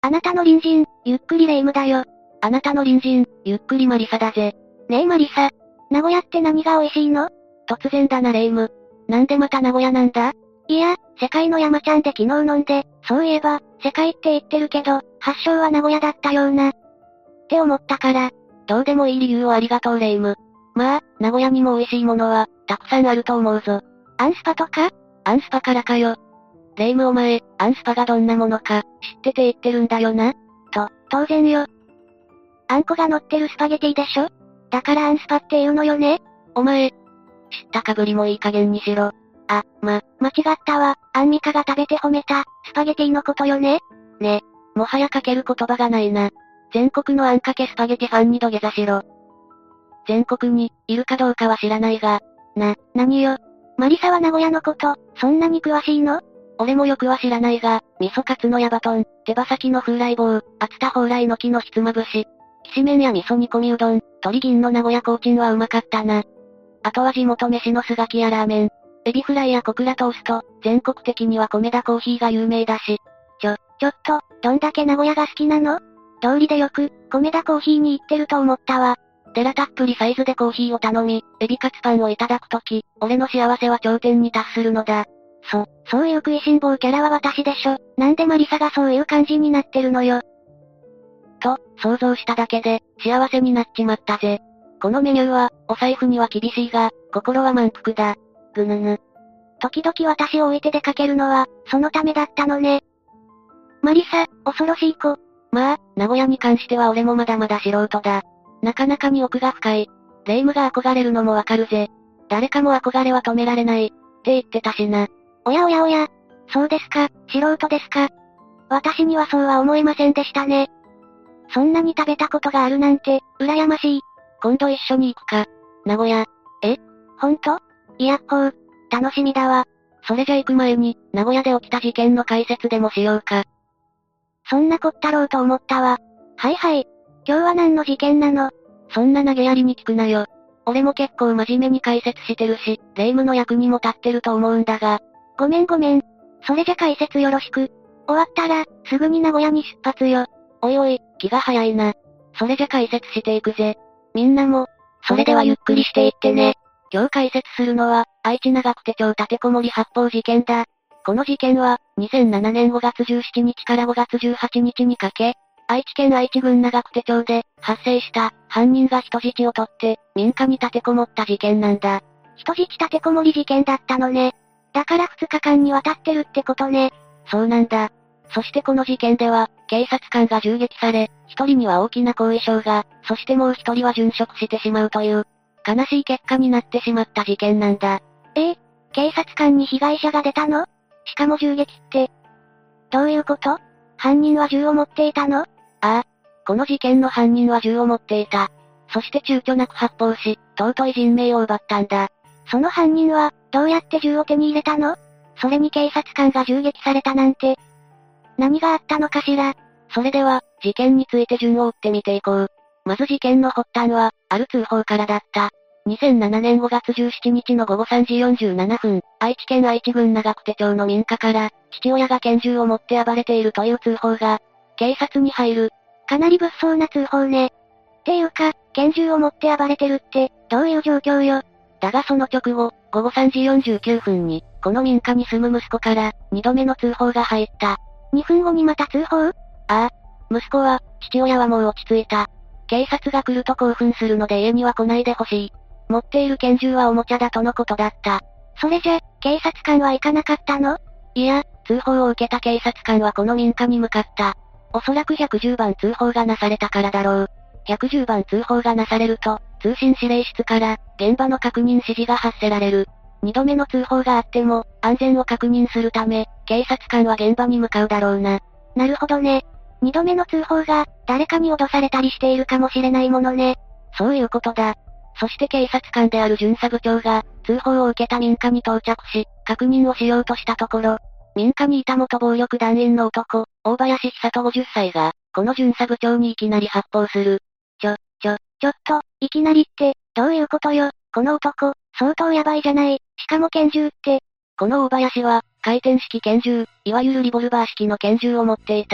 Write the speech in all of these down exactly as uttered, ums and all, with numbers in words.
あなたの隣人、ゆっくりレ夢ムだよ。 あなたの隣人、ゆっくりマリサだぜ。 ねえマリサ。名古屋って何が美味しいの？ 突然だなレ夢ム。なんでまた名古屋なんだ？ いや、世界の山ちゃんで昨日飲んで、そういえば、世界って言ってるけど、発祥は名古屋だったような。って思ったから。 どうでもいい理由をありがとうレ夢ム。まあ、名古屋にも美味しいものは、たくさんあると思うぞ。 アンスパとか？ アンスパからかよ。レ夢ムお前、アンスパがどんなものか、知ってて言ってるんだよな？ と、当然よ。あんこが乗ってるスパゲティでしょ？だからアンスパって言うのよね？ お前、知ったかぶりもいい加減にしろ。 あ、ま、間違ったわ。アンミカが食べて褒めた、スパゲティのことよね？ ね。もはやかける言葉がないな。全国のあんかけスパゲティファンに土下座しろ。全国に、いるかどうかは知らないが。 な、何よ。マリサは名古屋のこと、そんなに詳しいの？ 俺もよくは知らないが、味噌カツのヤバトン、手羽先の風来棒、厚田蓬莱の木のひつまぶし、きしめんや味噌煮込みうどん、鶏銀の名古屋コーチンはうまかったな。あとは地元飯のすがきやラーメン、エビフライや小倉トースト、全国的には米田コーヒーが有名だし。 ちょ、ちょっと、どんだけ名古屋が好きなの？通りでよく、米田コーヒーに行ってると思ったわ。 寺たっぷりサイズでコーヒーを頼み、エビカツパンをいただくとき、俺の幸せは頂点に達するのだ。 そ、そういう食いしん坊キャラは私でしょ。なんでマリサがそういう感じになってるのよ。 と、想像しただけで、幸せになっちまったぜ。このメニューは、お財布には厳しいが、心は満腹だ。ぐぬぬ。 時々私を置いて出かけるのは、そのためだったのね。マリサ、恐ろしい子。 まあ、名古屋に関しては俺もまだまだ素人だ。なかなかに奥が深い。レ夢ムが憧れるのもわかるぜ。誰かも憧れは止められない。って言ってたしな。 おやおやおや。そうですか、素人ですか。私にはそうは思えませんでしたね。そんなに食べたことがあるなんて、羨ましい。 今度一緒に行くか。名古屋。 え？ほんと？いやっほー。楽しみだわ。 それじゃ行く前に、名古屋で起きた事件の解説でもしようか。 そんなこったろうと思ったわ。はいはい。今日は何の事件なの？ そんな投げやりに聞くなよ。俺も結構真面目に解説してるし、レ夢ムの役にも立ってると思うんだが。 ごめんごめん。それじゃ解説よろしく。終わったら、すぐに名古屋に出発よ。 おいおい、気が早いな。それじゃ解説していくぜ。みんなも、 それではゆっくりしていってね。 今日解説するのは、愛知長久手町立てこもり発砲事件だ。この事件は、にせんななねんごがつじゅうしちにちからごがつじゅうはちにちにかけ、愛知県愛知郡長久手町で、発生した、犯人が人質を取って、民家に立てこもった事件なんだ。 人質立てこもり事件だったのね。だからふつかかんにわたってるってことね。 そうなんだ。そしてこの事件では、警察官が銃撃され、一人には大きな後遺症が、そしてもう一人は殉職してしまうという、悲しい結果になってしまった事件なんだ。 ええ、警察官に被害者が出たの？しかも銃撃って。どういうこと？犯人は銃を持っていたの？ ああ。この事件の犯人は銃を持っていた。そして躊躇なく発砲し、尊い人命を奪ったんだ。 その犯人は、どうやって銃を手に入れたの？それに警察官が銃撃されたなんて。何があったのかしら？ それでは、事件について順を追ってみていこう。まず事件の発端は、ある通報からだった。にせんななねんごがつじゅうしちにちのごごさんじよんじゅうななふん、愛知県愛知郡長久手町の民家から、父親が拳銃を持って暴れているという通報が、警察に入る。 かなり物騒な通報ね。っていうか、拳銃を持って暴れてるって、どういう状況よ。 だがその直後、ごごさんじよんじゅうきゅうふんに、この民家に住む息子から、にどめの通報が入った。 にふんごにまた通報？ああ。息子は、父親はもう落ち着いた。警察が来ると興奮するので家には来ないでほしい。持っている拳銃はおもちゃだとのことだった。 それじゃ、警察官は行かなかったの？ いや、通報を受けた警察官はこの民家に向かった。おそらくひゃくじゅうばん通報がなされたからだろう。ひゃくじゅうばん通報がなされると、通信指令室から、現場の確認指示が発せられる。二度目の通報があっても、安全を確認するため、警察官は現場に向かうだろうな。 なるほどね。二度目の通報が、誰かに脅されたりしているかもしれないものね。 そういうことだ。そして警察官である巡査部長が、通報を受けた民家に到着し、確認をしようとしたところ、民家にいた元暴力団員の男、大林久人ごじゅっさいが、この巡査部長にいきなり発砲する。 ちょ、ちょ、ちょっと、いきなりって、どういうことよ。この男、相当やばいじゃない。しかも拳銃って。 この大林は、回転式拳銃、いわゆるリボルバー式の拳銃を持っていた。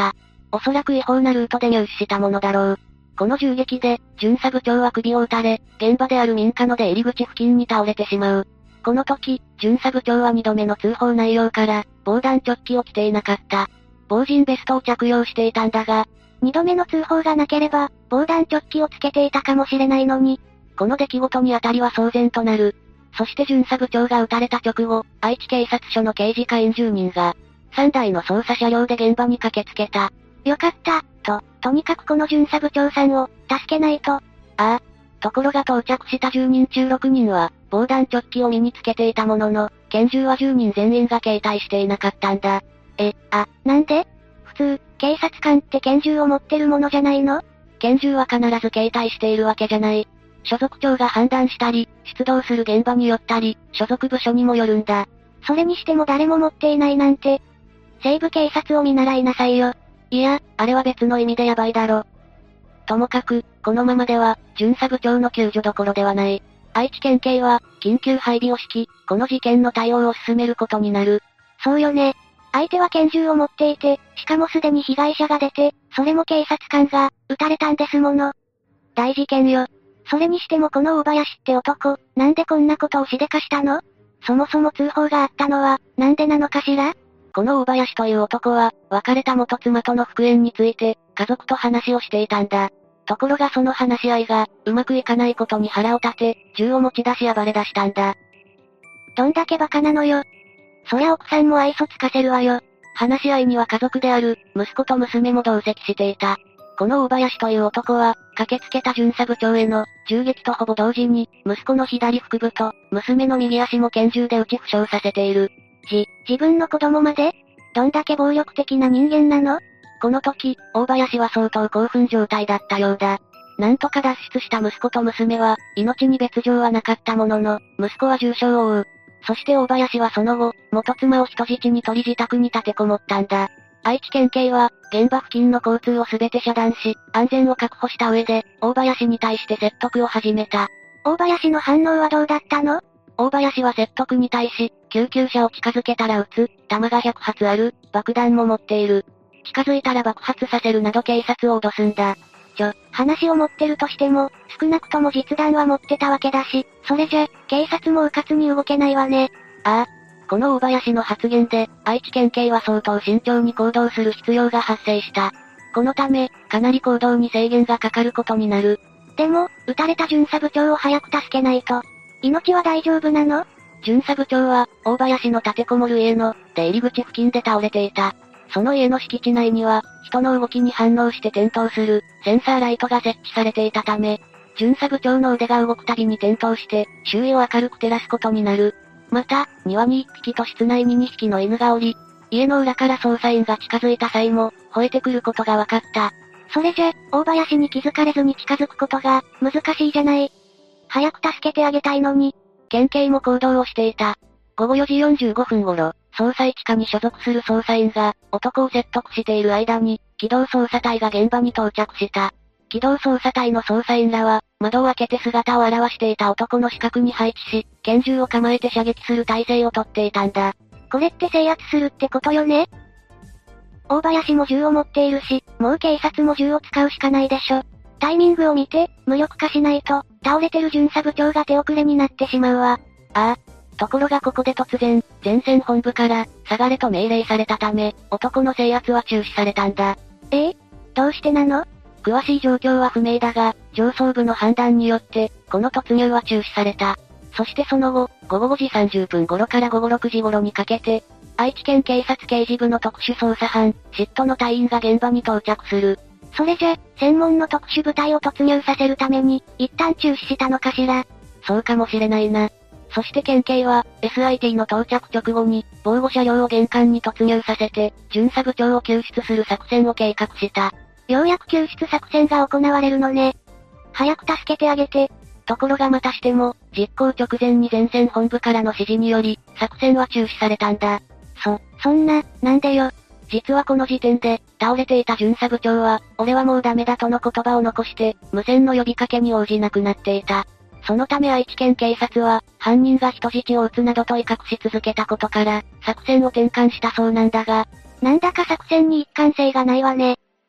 おそらく違法なルートで入手したものだろう。この銃撃で、巡査部長は首を撃たれ、現場である民家の出入り口付近に倒れてしまう。この時、巡査部長はにどめの通報内容から、防弾チョッキを着ていなかった。防塵ベストを着用していたんだが、 にどめの通報がなければ、防弾チョッキをつけていたかもしれないのに。 この出来事にあたりは騒然となる。そして巡査部長が撃たれた直後、愛知警察署の刑事課員じゅうにんが、さんだいの捜査車両で現場に駆けつけた。 よかった、と、とにかくこの巡査部長さんを、助けないと。ああ。ところが到着したじゅうにん中ろくにんは、防弾チョッキを身につけていたものの、拳銃はじゅうにん全員が携帯していなかったんだ。 え、あ、なんで？普通、警察官って拳銃を持ってるものじゃないの？ 拳銃は必ず携帯しているわけじゃない。所属長が判断したり、出動する現場によったり、所属部署にもよるんだ。 それにしても誰も持っていないなんて、西部警察を見習いなさいよ。 いや、あれは別の意味でヤバいだろ。ともかく、このままでは、巡査部長の救助どころではない。愛知県警は、緊急配備を敷き、この事件の対応を進めることになる。 そうよね。相手は拳銃を持っていて、しかもすでに被害者が出て、それも警察官が、撃たれたんですもの。大事件よ。それにしてもこの大林って男、なんでこんなことをしでかしたの？そもそも通報があったのは、なんでなのかしら？ この大林という男は、別れた元妻との復縁について、家族と話をしていたんだ。ところがその話し合いが、うまくいかないことに腹を立て、銃を持ち出し暴れ出したんだ。 どんだけバカなのよ。そりゃ奥さんも愛想つかせるわよ。 話し合いには家族である、息子と娘も同席していた。この大林という男は、駆けつけた巡査部長への、銃撃とほぼ同時に、息子の左腹部と、娘の右足も拳銃で撃ち負傷させている。 じ、自分の子供まで？どんだけ暴力的な人間なの？ この時、大林は相当興奮状態だったようだ。なんとか脱出した息子と娘は、命に別状はなかったものの、息子は重傷を負う。そして大林はその後、元妻を人質に取り自宅に立てこもったんだ。愛知県警は、現場付近の交通をすべて遮断し、安全を確保した上で、大林に対して説得を始めた。 大林の反応はどうだったの？ 大林は説得に対し、救急車を近づけたら撃つ、弾がひゃくはつある、爆弾も持っている。近づいたら爆発させるなど警察を脅すんだ。 ちょ、話を持ってるとしても、少なくとも実弾は持ってたわけだし、それじゃ、警察も迂闊に動けないわね。 ああ。この大林の発言で、愛知県警は相当慎重に行動する必要が発生した。このため、かなり行動に制限がかかることになる。 でも、撃たれた巡査部長を早く助けないと。命は大丈夫なの？ 巡査部長は、大林の立てこもる家の、出入り口付近で倒れていた。その家の敷地内には、人の動きに反応して点灯する、センサーライトが設置されていたため、巡査部長の腕が動くたびに点灯して、周囲を明るく照らすことになる。また、庭にいっぴきと室内ににひきの犬がおり、家の裏から捜査員が近づいた際も、吠えてくることが分かった。 それじゃ、大林に気づかれずに近づくことが、難しいじゃない。早く助けてあげたいのに。 県警も行動をしていた。ごごよじよんじゅうごふん頃、捜査一課に所属する捜査員が、男を説得している間に、機動捜査隊が現場に到着した。機動捜査隊の捜査員らは、窓を開けて姿を現していた男の死角に配置し、拳銃を構えて射撃する体勢をとっていたんだ。 これって制圧するってことよね？大林も銃を持っているし、もう警察も銃を使うしかないでしょ。タイミングを見て、無力化しないと、倒れてる巡査部長が手遅れになってしまうわ。 ああ。ところがここで突然、前線本部から、下がれと命令されたため、男の制圧は中止されたんだ。 ええ？どうしてなの？ 詳しい状況は不明だが、上層部の判断によって、この突入は中止された。そしてその後、ごごごじさんじゅっぷん頃からごごろくじ頃にかけて、愛知県警察刑事部の特殊捜査班、シットの隊員が現場に到着する。 それじゃ、専門の特殊部隊を突入させるために、一旦中止したのかしら？ そうかもしれないな。そして県警は、エスアイティー の到着直後に、防護車両を玄関に突入させて、巡査部長を救出する作戦を計画した。 ようやく救出作戦が行われるのね。早く助けてあげて。 ところがまたしても、実行直前に前線本部からの指示により、作戦は中止されたんだ。 そ、そんな、なんでよ。 実はこの時点で、倒れていた巡査部長は、俺はもうダメだとの言葉を残して、無線の呼びかけに応じなくなっていた。そのため愛知県警察は、犯人が人質を撃つなどと威嚇し続けたことから、作戦を転換したそうなんだが、 なんだか作戦に一貫性がないわね。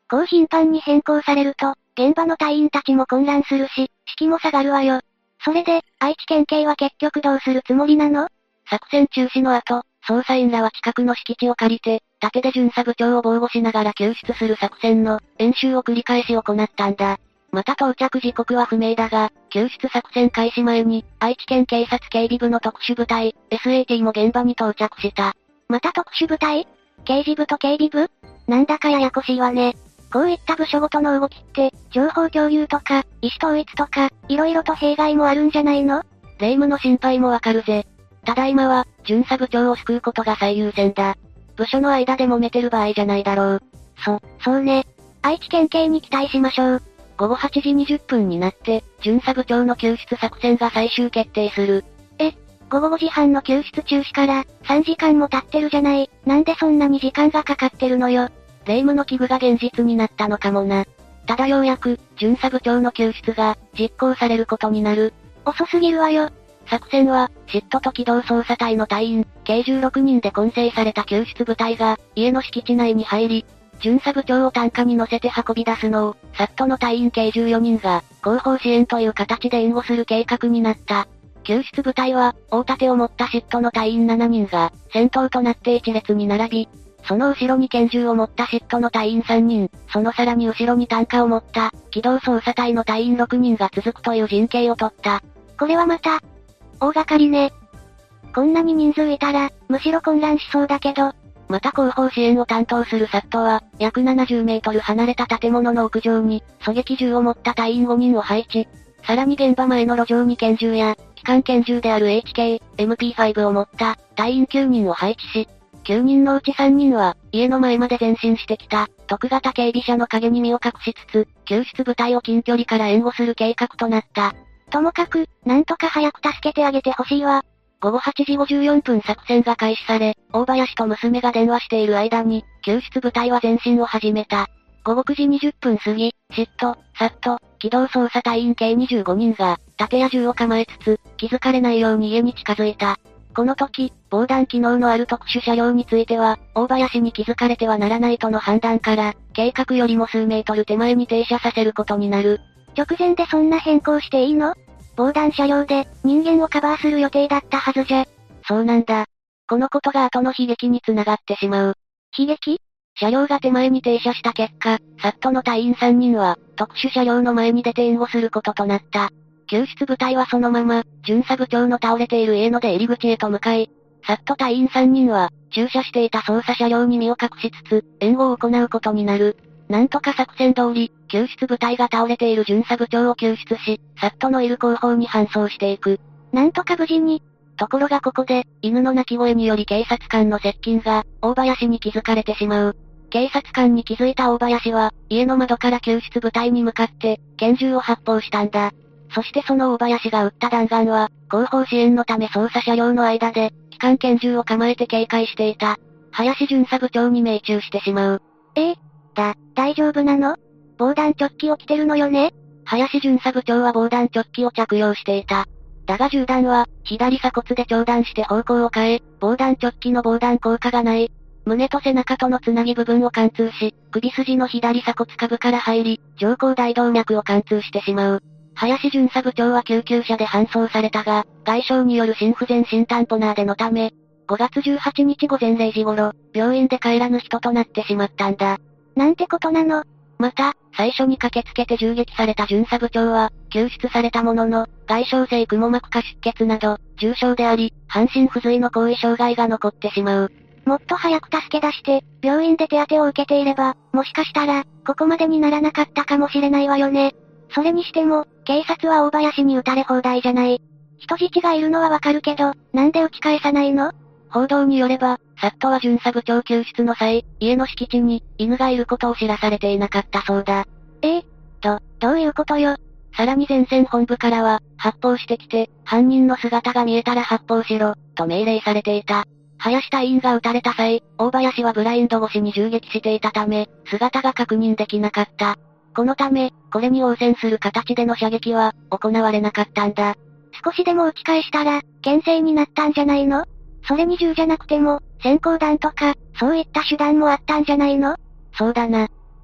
こう頻繁に変更されると、現場の隊員たちも混乱するし、士気も下がるわよ。それで、愛知県警は結局どうするつもりなの？ 作戦中止の後、捜査員らは近くの敷地を借りて、盾で巡査部長を防護しながら救出する作戦の演習を繰り返し行ったんだ。また到着時刻は不明だが、救出作戦開始前に、愛知県警察警備部の特殊部隊、エスエーティー も現場に到着した。 また特殊部隊？刑事部と警備部？なんだかややこしいわね。こういった部署ごとの動きって、情報共有とか、意思統一とか、色々と弊害もあるんじゃないの？ 霊夢の心配もわかるぜ。ただいまは、巡査部長を救うことが最優先だ。部署の間で揉めてる場合じゃないだろう。 そ、そうね。愛知県警に期待しましょう。 ごごはちじにじゅっぷんになって、巡査部長の救出作戦が最終決定する。 え、午後ごじはんの救出中止から、さんじかんも経ってるじゃない。なんでそんなに時間がかかってるのよ。 霊夢の危惧が現実になったのかもな。ただようやく、巡査部長の救出が、実行されることになる。 遅すぎるわよ。 作戦は、シットと機動捜査隊の隊員、計じゅうろくにんで構成された救出部隊が、家の敷地内に入り、巡査部長を担架に乗せて運び出すのを、サットの隊員計じゅうよにんが、後方支援という形で援護する計画になった。救出部隊は、大盾を持ったシットの隊員しちにんが、先頭となって一列に並び、その後ろに拳銃を持ったシットの隊員さんにん、そのさらに後ろに担架を持った、機動捜査隊の隊員ろくにんが続くという陣形を取った。 これはまた、大掛かりね。こんなに人数いたら、むしろ混乱しそうだけど。 また後方支援を担当するサットは、約ななじゅうメートル離れた建物の屋上に、狙撃銃を持った隊員ごにんを配置。さらに現場前の路上に拳銃や、機関拳銃である エイチケー、エムピーファイブ を持った隊員きゅうにんを配置し、きゅうにんのうちさんにんは、家の前まで前進してきた、特型警備車の陰に身を隠しつつ、救出部隊を近距離から援護する計画となった。 ともかく、なんとか早く助けてあげてほしいわ。 ごごはちじごじゅうよんぷん作戦が開始され、大林と娘が電話している間に、救出部隊は前進を始めた。ごごくじにじゅっぷん過ぎ、シット、サット、機動捜査隊員計にじゅうごにんが、盾や銃を構えつつ、気づかれないように家に近づいた。この時、防弾機能のある特殊車両については、大林に気づかれてはならないとの判断から、計画よりも数メートル手前に停車させることになる。 直前でそんな変更していいの？防弾車両で、人間をカバーする予定だったはずじゃ。 そうなんだ。このことが後の悲劇に繋がってしまう。 悲劇？ 車両が手前に停車した結果、サットの隊員さんにんは、特殊車両の前に出て援護することとなった。救出部隊はそのまま、巡査部長の倒れている家の出入り口へと向かい、サット隊員さんにんは、駐車していた捜査車両に身を隠しつつ、援護を行うことになる。なんとか作戦通り、救出部隊が倒れている巡査部長を救出し、サットのいる後方に搬送していく。 なんとか無事に。 ところがここで、犬の鳴き声により警察官の接近が、大林に気づかれてしまう。警察官に気づいた大林は、家の窓から救出部隊に向かって、拳銃を発砲したんだ。そしてその大林が撃った弾丸は、後方支援のため捜査車両の間で、機関拳銃を構えて警戒していた。林巡査部長に命中してしまう。 ええだ、大丈夫なの？防弾チョッキを着てるのよね？ 林巡査部長は防弾チョッキを着用していた。だが銃弾は、左鎖骨で長弾して方向を変え、防弾チョッキの防弾効果がない。胸と背中とのつなぎ部分を貫通し、首筋の左鎖骨下部から入り、上行大動脈を貫通してしまう。林巡査部長は救急車で搬送されたが、外傷による心不全心タンポナーでのため、ごがつじゅうはちにち午前れいじ頃、病院で帰らぬ人となってしまったんだ。 なんてことなの？ また、最初に駆けつけて銃撃された巡査部長は、救出されたものの、外傷性くも膜下出血など、重傷であり、半身不随の後遺障害が残ってしまう。 もっと早く助け出して、病院で手当てを受けていれば、もしかしたら、ここまでにならなかったかもしれないわよね。それにしても、警察は大林に撃たれ放題じゃない。人質がいるのはわかるけど、なんで撃ち返さないの？ 報道によれば、サットは巡査部長救出の際、家の敷地に、犬がいることを知らされていなかったそうだ。 ええと、どういうことよ？ さらに前線本部からは、発砲してきて、犯人の姿が見えたら発砲しろ、と命令されていた。林隊員が撃たれた際、大林はブラインド越しに銃撃していたため、姿が確認できなかった。このため、これに応戦する形での射撃は、行われなかったんだ。 少しでも撃ち返したら、牽制になったんじゃないの？それに銃じゃなくても、閃光弾とか、そういった手段もあったんじゃないの？ そうだな。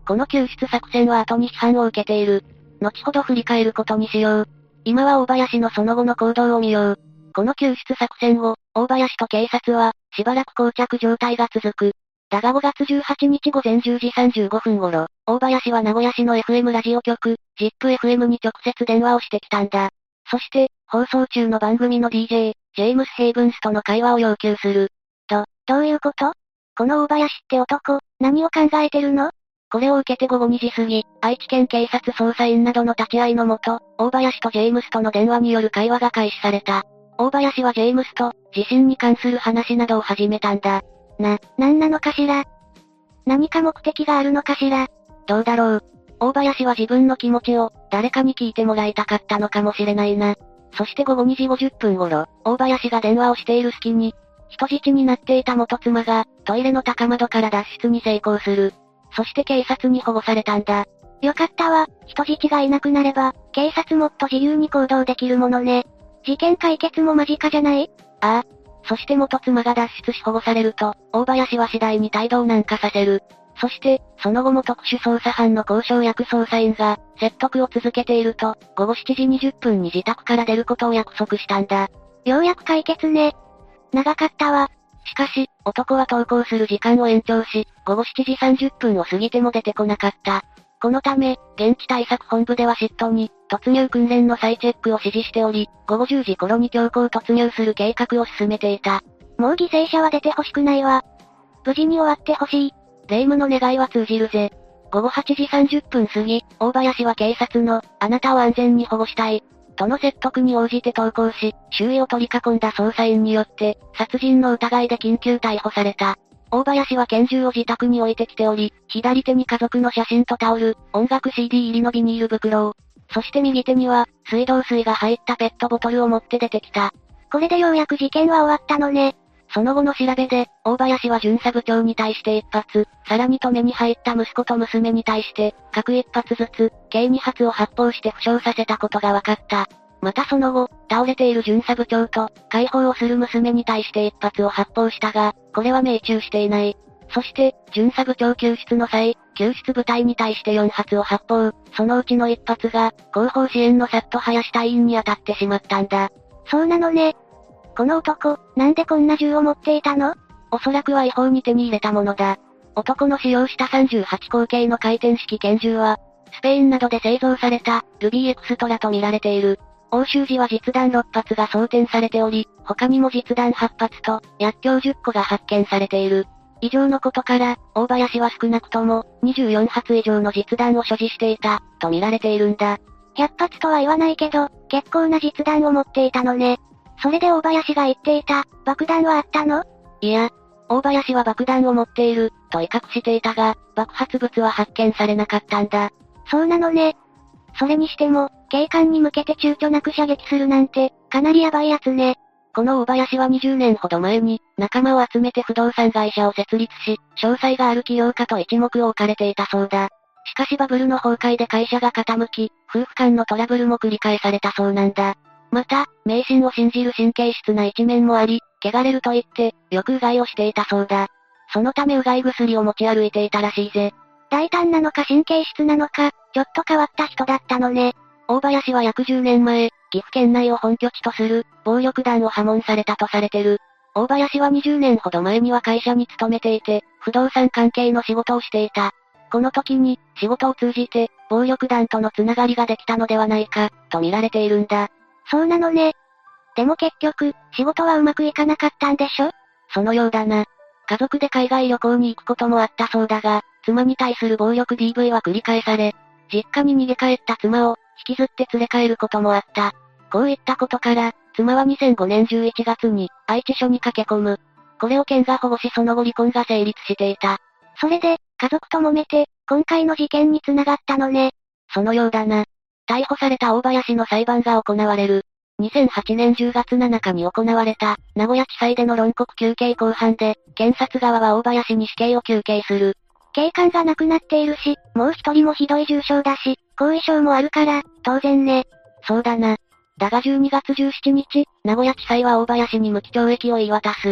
この救出作戦は後に批判を受けている。後ほど振り返ることにしよう。今は大林のその後の行動を見よう。この救出作戦後、大林と警察は、しばらく膠着状態が続く。だがごがつじゅうはちにちごぜんじゅうじさんじゅうごふん頃、大林は名古屋市の エフエム ラジオ局、ジップエフエム に直接電話をしてきたんだ。そして、放送中の番組の ディージェー、ジェームス・ヘイブンスとの会話を要求する。 ど、どういうこと？この大林って男、何を考えてるの？ これを受けてごごにじ過ぎ、愛知県警察捜査員などの立ち会いのもと、大林とジェームスとの電話による会話が開始された。大林はジェームスと、自身に関する話などを始めたんだ。 な、なんなのかしら？何か目的があるのかしら？ どうだろう。大林は自分の気持ちを、誰かに聞いてもらいたかったのかもしれないな。そしてごごにじごじゅっぷん頃、大林が電話をしている隙に、人質になっていた元妻が、トイレの高窓から脱出に成功する。そして警察に保護されたんだ。 よかったわ、人質がいなくなれば、警察もっと自由に行動できるものね。事件解決も間近じゃない？ ああ。そして元妻が脱出し保護されると、大林は次第に態度を軟化させる。そして、その後も特殊捜査班の交渉役捜査員が、説得を続けていると、ごごしちじにじゅっぷんに自宅から出ることを約束したんだ。 ようやく解決ね。長かったわ。 しかし、男は投稿する時間を延長し、ごごしちじさんじゅっぷんを過ぎても出てこなかった。このため、現地対策本部では嫉妬に、突入訓練の再チェックを指示しており、ごごじゅうじ頃に強行突入する計画を進めていた。 もう犠牲者は出てほしくないわ。無事に終わってほしい。 霊夢の願いは通じるぜ。ごごはちじさんじゅっぷん過ぎ、大林は警察の、あなたを安全に保護したい。との説得に応じて投降し、周囲を取り囲んだ捜査員によって、殺人の疑いで緊急逮捕された。大林は拳銃を自宅に置いてきており、左手に家族の写真とタオル、音楽 シーディー 入りのビニール袋を、そして右手には、水道水が入ったペットボトルを持って出てきた。 これでようやく事件は終わったのね。 その後の調べで、大林は巡査部長に対して一発、さらに止めに入った息子と娘に対して、各一発ずつ、計に発を発砲して負傷させたことが分かった。またその後、倒れている巡査部長と、解放をする娘に対して一発を発砲したが、これは命中していない。そして、巡査部長救出の際、救出部隊に対してよん発を発砲、そのうちのいち発が、後方支援のサット林隊員に当たってしまったんだ。 そうなのね。この男、なんでこんな銃を持っていたの？ おそらくは違法に手に入れたものだ。男の使用したさんじゅうはち口径の回転式拳銃は、スペインなどで製造された、ルビーエクストラと見られている。押収時は実弾ろっ発が装填されており、他にも実弾はち発と、薬莢じゅっこが発見されている。以上のことから、大林は少なくとも、にじゅうよん発以上の実弾を所持していた、と見られているんだ。 ひゃく発とは言わないけど、結構な実弾を持っていたのね。それで大林が言っていた、爆弾はあったの？ いや、大林は爆弾を持っている、と威嚇していたが、爆発物は発見されなかったんだ。 そうなのね。それにしても、警官に向けて躊躇なく射撃するなんて、かなりヤバいやつね。 この大林はにじゅうねんほど前に、仲間を集めて不動産会社を設立し、詳細がある起業家と一目を置かれていたそうだ。しかしバブルの崩壊で会社が傾き、夫婦間のトラブルも繰り返されたそうなんだ。また、迷信を信じる神経質な一面もあり、汚れると言って、よくうがいをしていたそうだ。そのためうがい薬を持ち歩いていたらしいぜ。 大胆なのか神経質なのか、ちょっと変わった人だったのね。 大林は約じゅうねんまえ、岐阜県内を本拠地とする、暴力団を破門されたとされてる。大林はにじゅうねんほど前には会社に勤めていて、不動産関係の仕事をしていた。この時に、仕事を通じて、暴力団とのつながりができたのではないか、と見られているんだ。 そうなのね。でも結局、仕事はうまくいかなかったんでしょ？ そのようだな。家族で海外旅行に行くこともあったそうだが、妻に対する暴力 ディーブイ は繰り返され、実家に逃げ帰った妻を、引きずって連れ帰ることもあった。こういったことから、妻はにせんごねんじゅういちがつに、愛知署に駆け込む。これを県が保護しその後離婚が成立していた。 それで、家族と揉めて、今回の事件に繋がったのね。 そのようだな。逮捕された大林の裁判が行われる。にせんはちねんじゅうがつなのかに行われた、名古屋地裁での論告求刑公判で、検察側は大林に死刑を求刑する。 警官が亡くなっているし、もう一人もひどい重傷だし、後遺症もあるから、当然ね。 そうだな。だがじゅうにがつじゅうしちにち、名古屋地裁は大林に無期懲役を言い渡す。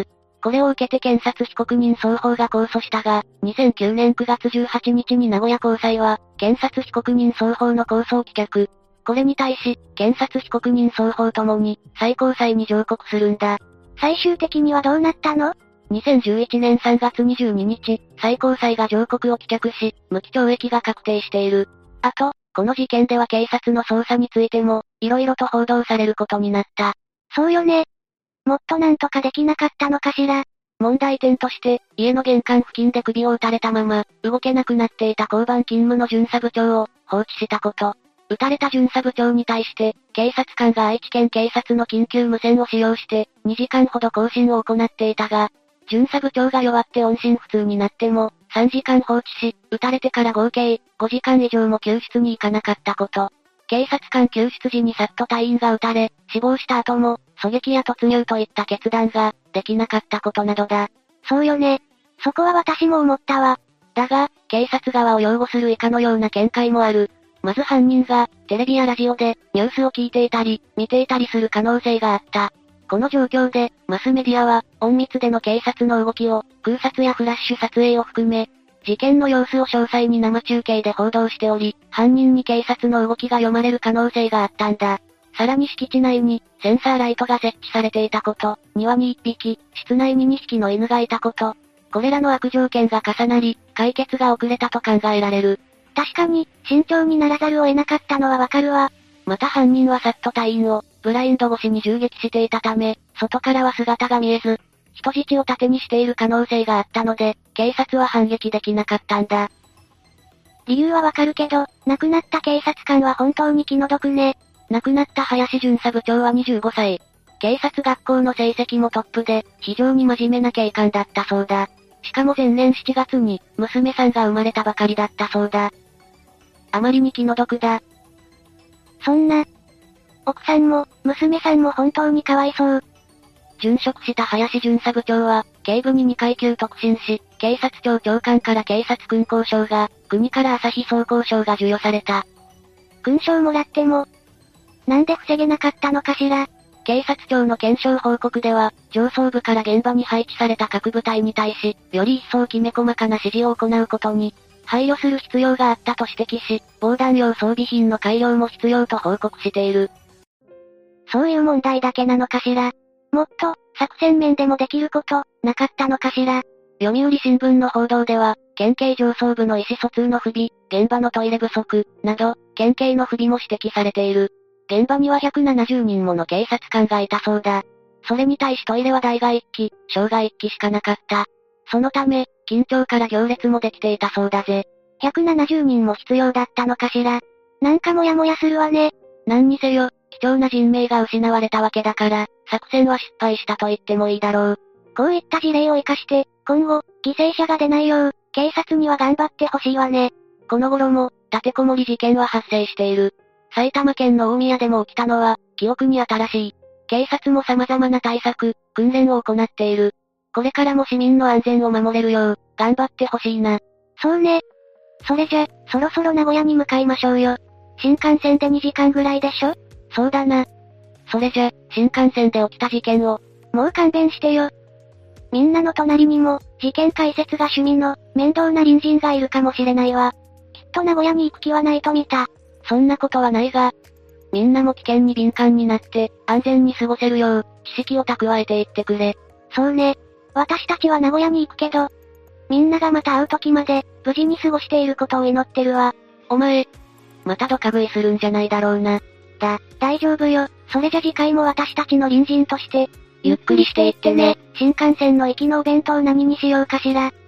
これを受けて検察被告人双方が控訴したが、にせんきゅうねんくがつじゅうはちにちに名古屋高裁は、検察被告人双方の控訴を棄却。これに対し、検察被告人双方ともに、最高裁に上告するんだ。 最終的にはどうなったの？ にせんじゅういちねんさんがつにじゅうににち、最高裁が上告を棄却し、無期懲役が確定している。あと、この事件では警察の捜査についても、色々と報道されることになった。 そうよね。もっとなんとかできなかったのかしら。 問題点として、家の玄関付近で首を打たれたまま、動けなくなっていた交番勤務の巡査部長を放置したこと。撃たれた巡査部長に対して、警察官が愛知県警察の緊急無線を使用して、にじかんほど更新を行っていたが、巡査部長が弱って音信不通になっても、さんじかん放置し、撃たれてから合計ごじかん以上も救出に行かなかったこと。警察官救出時にさっと隊員が撃たれ、死亡した後も、狙撃や突入といった決断が、できなかったことなどだ。 そうよね。そこは私も思ったわ。 だが、警察側を擁護する以下のような見解もある。まず犯人が、テレビやラジオで、ニュースを聞いていたり、見ていたりする可能性があった。この状況で、マスメディアは、隠密での警察の動きを、空撮やフラッシュ撮影を含め、事件の様子を詳細に生中継で報道しており、犯人に警察の動きが読まれる可能性があったんだ。さらに敷地内に、センサーライトが設置されていたこと、庭にいっぴき、室内ににひきの犬がいたこと、これらの悪条件が重なり、解決が遅れたと考えられる。 確かに、慎重にならざるを得なかったのはわかるわ。 また犯人はさっと隊員を、ブラインド越しに銃撃していたため、外からは姿が見えず、人質を盾にしている可能性があったので、警察は反撃できなかったんだ。 理由はわかるけど、亡くなった警察官は本当に気の毒ね。 亡くなった林巡査部長はにじゅうごさい。警察学校の成績もトップで、非常に真面目な警官だったそうだ。しかも前年しちがつに、娘さんが生まれたばかりだったそうだ。あまりに気の毒だ。 そんな。奥さんも、娘さんも本当にかわいそう。 殉職した林巡査部長は、警部ににかいきゅう特進し、警察庁長官から警察勲功章が、国から朝日装甲章が授与された。 勲章もらっても、なんで防げなかったのかしら。 警察庁の検証報告では、上層部から現場に配置された各部隊に対し、より一層きめ細かな指示を行うことに、配慮する必要があったと指摘し、防弾用装備品の改良も必要と報告している。 そういう問題だけなのかしら。もっと、作戦面でもできること、なかったのかしら。 読売新聞の報道では、県警上層部の意思疎通の不備、現場のトイレ不足、など、県警の不備も指摘されている。現場にはひゃくななじゅうにんもの警察官がいたそうだ。それに対しトイレは大がいっき、小がいっきしかなかった。そのため、緊張から行列もできていたそうだぜ。 ひゃくななじゅうにんも必要だったのかしら。なんかモヤモヤするわね。 何にせよ、貴重な人命が失われたわけだから、作戦は失敗したと言ってもいいだろう。 こういった事例を活かして、今後、犠牲者が出ないよう、警察には頑張ってほしいわね。 この頃も、立てこもり事件は発生している。埼玉県の大宮でも起きたのは、記憶に新しい。警察も様々な対策、訓練を行っている。これからも市民の安全を守れるよう、頑張ってほしいな。 そうね。それじゃ、そろそろ名古屋に向かいましょうよ。新幹線でにじかんぐらいでしょ？ そうだな。それじゃ、新幹線で起きた事件を。 もう勘弁してよ。みんなの隣にも、事件解説が趣味の、面倒な隣人がいるかもしれないわ。きっと名古屋に行く気はないと見た。 そんなことはないが、みんなも危険に敏感になって、安全に過ごせるよう、知識を蓄えていってくれ。 そうね。私たちは名古屋に行くけど、みんながまた会う時まで、無事に過ごしていることを祈ってるわ。 お前、またドカ食いするんじゃないだろうな。 だ、大丈夫よ。それじゃ次回も私たちの隣人として、 ゆっくりしていってね。 新幹線の行きのお弁当何にしようかしら。